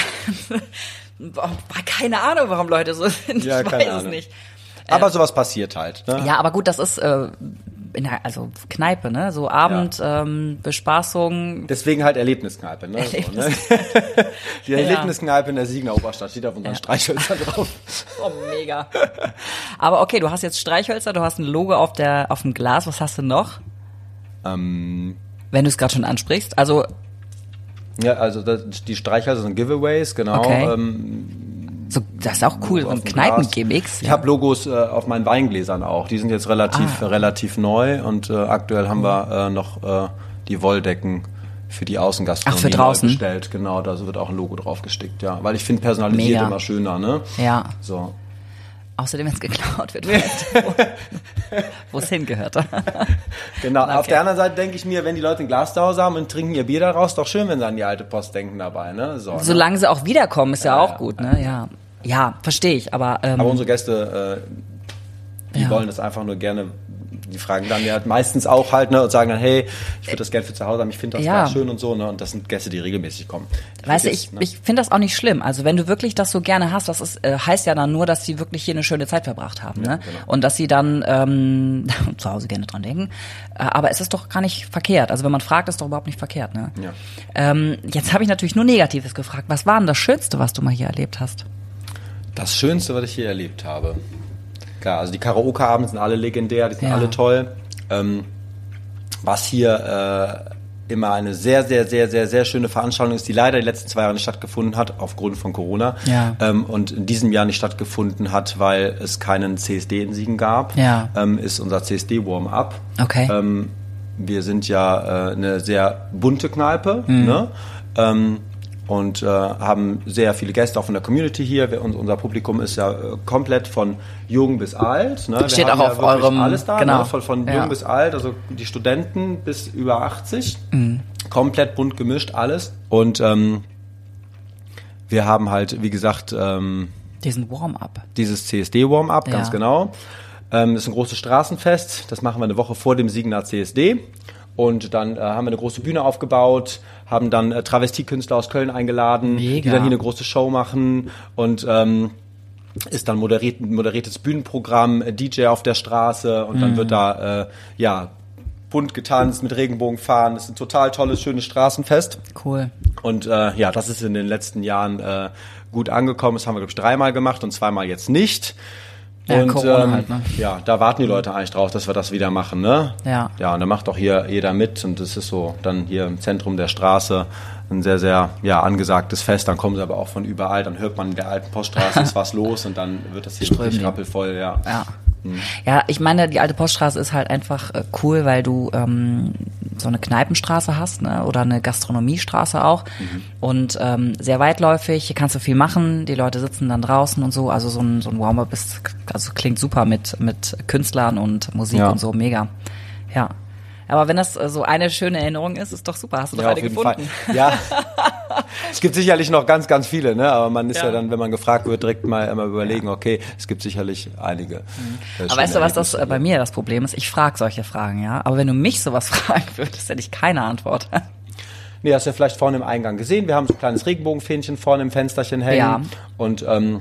keine Ahnung, warum Leute so sind. Ja, ich weiß Ahnung. es nicht. Aber äh, sowas passiert halt. Ne? Ja, aber gut, das ist äh, in der, also Kneipe, ne? So Abend, ja. ähm, Bespaßung. Deswegen halt Erlebniskneipe, ne? Erlebnis- so, ne? Die Erlebniskneipe in der Siegener Oberstadt steht auf unseren ja. Streichhölzern drauf. Oh, mega. Aber okay, du hast jetzt Streichhölzer, du hast ein Logo auf der auf dem Glas. Was hast du noch? Ähm, Wenn du es gerade schon ansprichst. Also ja, also das, die Streichhölzer sind Giveaways, genau. Okay. Ähm, So, das ist auch cool, so ein Kneipengimmicks. Ich habe Logos äh, auf meinen Weingläsern auch. Die sind jetzt relativ ah. relativ neu und äh, aktuell haben wir äh, noch äh, die Wolldecken für die Außengastronomie Ach, für draußen bestellt. Genau, da wird auch ein Logo drauf gestickt, ja. Weil ich finde personalisiert Mega. immer schöner, ne? Ja. So. Außerdem, wenn es geklaut wird, wo es hingehört. Genau, okay. Auf der anderen Seite denke ich mir, wenn die Leute ein Glas zu Hause haben und trinken ihr Bier daraus, doch schön, wenn sie an die alte Post denken dabei, ne? So, Solange ne? sie auch wiederkommen, ist ja, ja auch ja, gut, ja. ne? Ja, ja, verstehe ich, aber... Ähm, aber unsere Gäste Die ja. wollen das einfach nur gerne, die fragen dann ja meistens auch halt, ne, und sagen dann, hey, ich würde das gerne für zu Hause haben, ich finde das ja. ganz schön und so, ne, und das sind Gäste, die regelmäßig kommen. Weißt du, ich, ne? ich finde das auch nicht schlimm. Also wenn du wirklich das so gerne hast, das ist, äh, heißt ja dann nur, dass sie wirklich hier eine schöne Zeit verbracht haben, ja, ne? Genau. Und dass sie dann ähm, zu Hause gerne dran denken. Äh, aber es ist doch gar nicht verkehrt. Also wenn man fragt, ist doch überhaupt nicht verkehrt, ne? Ja. Ähm, jetzt habe ich natürlich nur Negatives gefragt. Was war denn das Schönste, was du mal hier erlebt hast? Das Schönste, was ich hier erlebt habe. Klar, also die Karaoke-Abende sind alle legendär, die sind ja. alle toll. Ähm, was hier äh, immer eine sehr, sehr, sehr, sehr, sehr schöne Veranstaltung ist, die leider die letzten zwei Jahre nicht stattgefunden hat, aufgrund von Corona. Ja. Ähm, und in diesem Jahr nicht stattgefunden hat, weil es keinen C S D in Siegen gab, ja. ähm, ist unser C S D-Warm-Up. Okay. Ähm, wir sind ja äh, eine sehr bunte Kneipe, mhm. ne? Ähm, und äh, haben sehr viele Gäste auch von der Community hier. Wir, unser Publikum ist ja äh, komplett von jung bis alt. Ne? Steht wir auch haben auf ja eurem, alles da, genau. ne? von, von ja. jung bis alt, also die Studenten bis über achtzig. Mhm. Komplett bunt gemischt, alles. Und ähm, wir haben halt, wie gesagt, ähm, diesen Warm-up. Dieses C S D-Warm-up, ja. ganz genau. Ähm, das ist ein großes Straßenfest. Das machen wir eine Woche vor dem Siegener C S D. Und dann äh, haben wir eine große Bühne aufgebaut, haben dann äh, Travestiekünstler aus Köln eingeladen, Mega. die dann hier eine große Show machen und ähm, ist dann moderiert, moderiertes Bühnenprogramm, äh, D J auf der Straße und mhm. dann wird da äh, ja bunt getanzt, mit Regenbogenfahnen. Das ist ein total tolles, schönes Straßenfest. Cool. Und äh, ja, das ist in den letzten Jahren äh, gut angekommen. Das haben wir, glaube ich, dreimal gemacht und zweimal jetzt nicht. Ja, und Corona ähm, halt, ne? ja, da warten die Leute eigentlich drauf, dass wir das wieder machen, ne? Ja. Ja, und da macht auch hier jeder mit und das ist so dann hier im Zentrum der Straße ein sehr, sehr ja angesagtes Fest. Dann kommen sie aber auch von überall, dann hört man in der alten Poststraße ist was los und dann wird das hier Strömen wirklich die. rappelvoll, ja. Ja. Ja, ich meine, die alte Poststraße ist halt einfach äh, cool, weil du ähm, so eine Kneipenstraße hast, ne? Oder eine Gastronomiestraße auch mhm. und ähm, sehr weitläufig, hier kannst du viel machen, die Leute sitzen dann draußen und so, also so ein, so ein Warm-up ist, also klingt super mit mit Künstlern und Musik ja. und so, mega, ja. Aber wenn das so eine schöne Erinnerung ist, ist doch super. Hast du doch ja, eine gefunden? Fall. Ja, es gibt sicherlich noch ganz, ganz viele, ne? Aber man ist ja. ja dann, wenn man gefragt wird, direkt mal immer überlegen, okay, es gibt sicherlich einige. Mhm. Aber weißt du, was das bei mir das Problem ist? Ich frage solche Fragen, ja. Aber wenn du mich sowas fragen würdest, hätte ich keine Antwort. Nee, hast du ja vielleicht vorne im Eingang gesehen. Wir haben so ein kleines Regenbogenfähnchen vorne im Fensterchen hängen. Ja. Und ähm,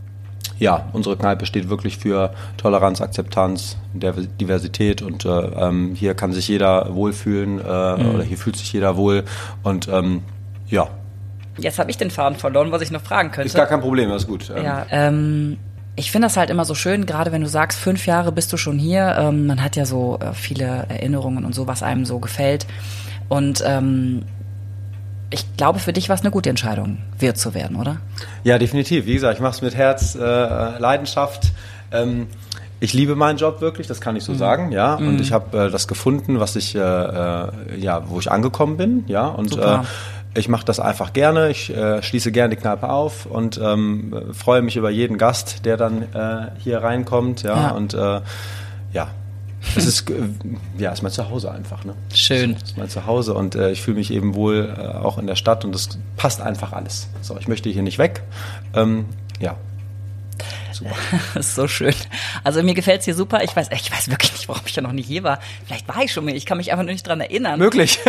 ja, unsere Kneipe steht wirklich für Toleranz, Akzeptanz, Diversität und äh, ähm, hier kann sich jeder wohlfühlen äh, mhm. oder hier fühlt sich jeder wohl und ähm, ja. Jetzt habe ich den Faden verloren, was ich noch fragen könnte. Ist gar kein Problem, das ist gut. Ja, ähm, ich finde das halt immer so schön, gerade wenn du sagst, fünf Jahre bist du schon hier. Ähm, man hat ja so äh, viele Erinnerungen und so, was einem so gefällt und ähm, ich glaube, für dich war es eine gute Entscheidung, Wirt zu werden, oder? Ja, definitiv. Wie gesagt, ich mache es mit Herz, äh, Leidenschaft. Ähm, ich liebe meinen Job wirklich, das kann ich so mhm. sagen, ja. Und mhm. ich habe äh, das gefunden, was ich, äh, ja, wo ich angekommen bin, ja. Und äh, ich mache das einfach gerne. Ich äh, schließe gerne die Kneipe auf und ähm, freue mich über jeden Gast, der dann äh, hier reinkommt, ja. ja. Und äh, ja. Es ist, ja, ist mein Zuhause einfach, ne? Schön. Es ist mein Zuhause und äh, ich fühle mich eben wohl äh, auch in der Stadt und das passt einfach alles. So, ich möchte hier nicht weg. Ähm, ja. Super. Das ist so schön. Also mir gefällt's hier super. Ich weiß, ich weiß wirklich nicht, warum ich ja noch nicht hier war. Vielleicht war ich schon mal. Ich kann mich einfach nur nicht dran erinnern. Möglich.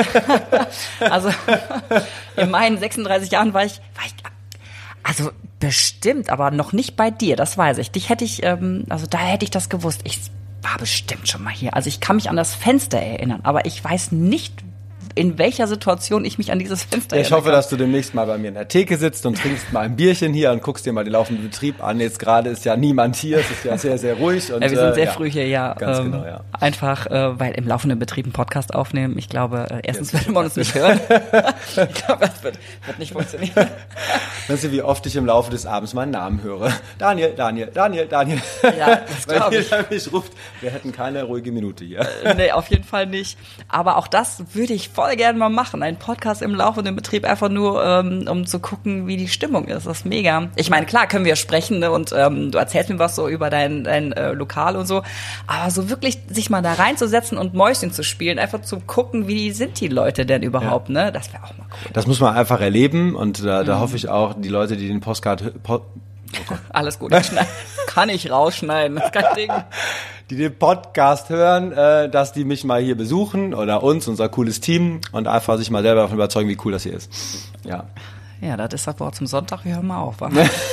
Also in meinen sechsunddreißig Jahren war ich, war ich, also bestimmt, aber noch nicht bei dir. Das weiß ich. Dich hätte ich, ähm, also da hätte ich das gewusst. Ich war bestimmt schon mal hier. Also ich kann mich an das Fenster erinnern, aber ich weiß nicht, in welcher Situation ich mich an dieses Fenster ja, erinnere. Ich hoffe, dass du demnächst mal bei mir in der Theke sitzt und trinkst mal ein Bierchen hier und guckst dir mal den laufenden Betrieb an. Jetzt gerade ist ja niemand hier, es ist ja sehr, sehr ruhig. Und, ja, wir sind sehr äh, früh hier, ja. Ganz ähm, genau, ja. Einfach, äh, weil im laufenden Betrieb einen Podcast aufnehmen, ich glaube, äh, erstens würde man uns nicht hören. Ich glaube, das wird, wird nicht funktionieren. Weißt du, wie oft ich im Laufe des Abends meinen Namen höre? Daniel, Daniel, Daniel, Daniel. Ja, das glaube ich. Weil jeder mich ruft, wir hätten keine ruhige Minute hier. Äh, nee, auf jeden Fall nicht. Aber auch das würde ich voll gerne mal machen. Ein Podcast im laufenden Betrieb, einfach nur, ähm, um zu gucken, wie die Stimmung ist. Das ist mega. Ich meine, klar können wir sprechen, ne, und ähm, du erzählst mir was so über dein, dein äh, Lokal und so, aber so wirklich sich mal da reinzusetzen und Mäuschen zu spielen, einfach zu gucken, wie sind die Leute denn überhaupt, ja. ne? Das wäre auch mal cool. Das muss man einfach erleben und da, da mhm. hoffe ich auch, die Leute, die den Postcard... Po- Oh Gott. Alles gut. kann ich rausschneiden, das ist kein Ding. Die den Podcast hören, äh, dass die mich mal hier besuchen oder uns, unser cooles Team und einfach sich mal selber davon überzeugen, wie cool das hier ist. Ja. Ja, das ist das Wort zum Sonntag, wir hören mal auf.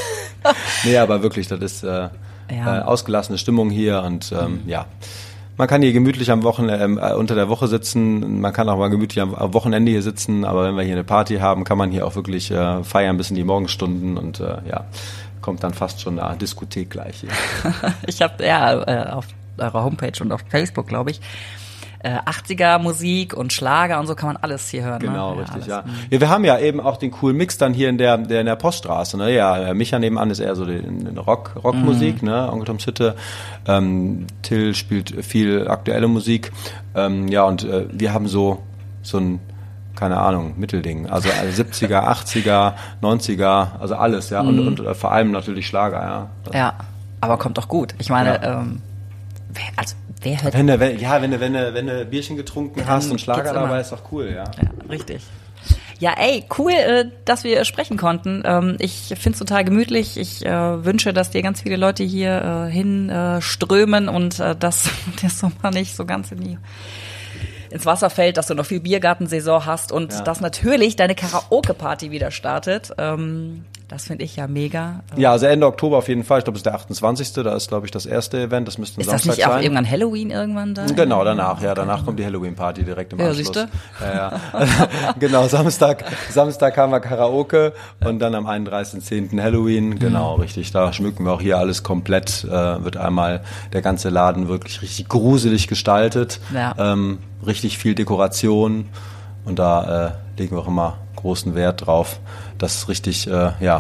Nee, aber wirklich, das ist äh, ja. äh, ausgelassene Stimmung hier und ähm, mhm. ja. Man kann hier gemütlich am Wochenende, äh, unter der Woche sitzen, man kann auch mal gemütlich am, am Wochenende hier sitzen, aber wenn wir hier eine Party haben, kann man hier auch wirklich äh, feiern bis in die Morgenstunden und äh, ja, kommt dann fast schon eine Diskothek gleich hier. Ich habe ja äh, auf eurer Homepage und auf Facebook, glaube ich, äh, achtziger Musik und Schlager und so kann man alles hier hören. Genau, ne? richtig, ja, ja. ja. Wir haben ja eben auch den coolen Mix dann hier in der, der in der Poststraße. Ne? Ja, Micha nebenan ist eher so die, die Rock, Rockmusik, mm. ne? Onkel Toms Hütte. Ähm, Till spielt viel aktuelle Musik. Ähm, ja, und äh, wir haben so so ein, keine Ahnung, Mittelding. Also siebziger, achtziger, neunziger, also alles, ja. Mm. Und, und äh, vor allem natürlich Schlager, ja. Das ja, aber kommt doch gut. Ich meine, ja. ähm, wer, also wer hört... Wenn du, wenn, ja, wenn du, wenn du, wenn du Bierchen getrunken hast und Schlager dabei, ist doch cool, ja. Ja, richtig. Ja, ey, cool, äh, dass wir sprechen konnten. Ähm, ich find's total gemütlich. Ich äh, wünsche, dass dir ganz viele Leute hier äh, hinströmen äh, und äh, dass der Sommer nicht so ganz in die, ins Wasser fällt, dass du noch viel Biergartensaison hast und ja. dass natürlich deine Karaoke-Party wieder startet. Ähm, das finde ich ja mega. Ja, also Ende Oktober auf jeden Fall. Ich glaube, es ist der achtundzwanzigste Da ist, glaube ich, das erste Event. Das müsste ein ist Samstag sein. Ist das nicht sein. Auch irgendwann Halloween irgendwann da? Genau, danach. Ja, danach kommt die Halloween-Party direkt im ja, Anschluss. Siehst du? Ja, ja. Genau, Samstag, Samstag haben wir Karaoke und dann am einunddreißigsten zehnten Halloween. Genau, mhm. richtig. Da schmücken wir auch hier alles komplett. Äh, wird einmal der ganze Laden wirklich richtig gruselig gestaltet. Ja. Ähm, richtig viel Dekoration. Und da äh, legen wir auch immer großen Wert drauf, dass es richtig, äh, ja,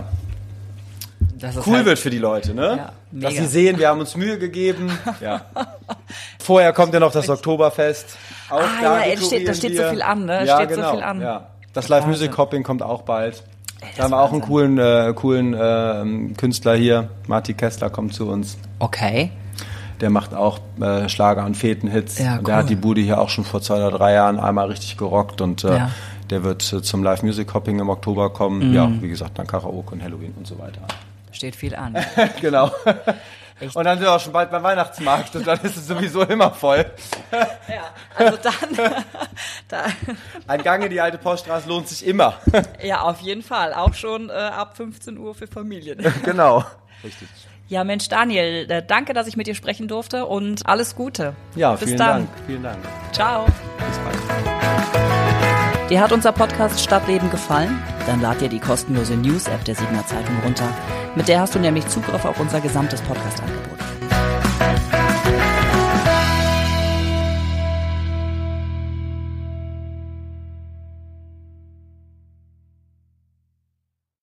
das cool halt wird für die Leute, ne? Ja, dass sie sehen, wir haben uns Mühe gegeben. Ja. Vorher kommt ja noch das Oktoberfest. Auch ah, da ja, steht, da steht wir. so viel an, ne? Ja, steht genau. so viel an. Ja. Das Live Music Hopping kommt auch bald. Ey, da haben wir auch einen coolen, äh, coolen äh, Künstler hier. Marty Kessler kommt zu uns. Okay. Der macht auch äh, Schlager- und Fetenhits. Ja, cool. Der hat die Bude hier auch schon vor zwei oder drei Jahren einmal richtig gerockt und äh, ja. der wird äh, zum Live Music Hopping im Oktober kommen. Mhm. Ja, wie gesagt, dann Karaoke und Halloween und so weiter. Steht viel an. Genau. Echt? Und dann sind wir auch schon bald beim Weihnachtsmarkt und dann ist es sowieso immer voll. Ja, also dann... da. Ein Gang in die alte Poststraße lohnt sich immer. Ja, auf jeden Fall. Auch schon äh, ab fünfzehn Uhr für Familien. Genau. Richtig. Ja, Mensch, Daniel, äh, danke, dass ich mit dir sprechen durfte und alles Gute. Ja, Bis vielen dann. Dank. Vielen Dank. Ciao. Bis bald. Dir hat unser Podcast Stadtleben gefallen? Dann lad dir die kostenlose News-App der Siebener Zeitung runter. Mit der hast du nämlich Zugriff auf unser gesamtes Podcast-Angebot.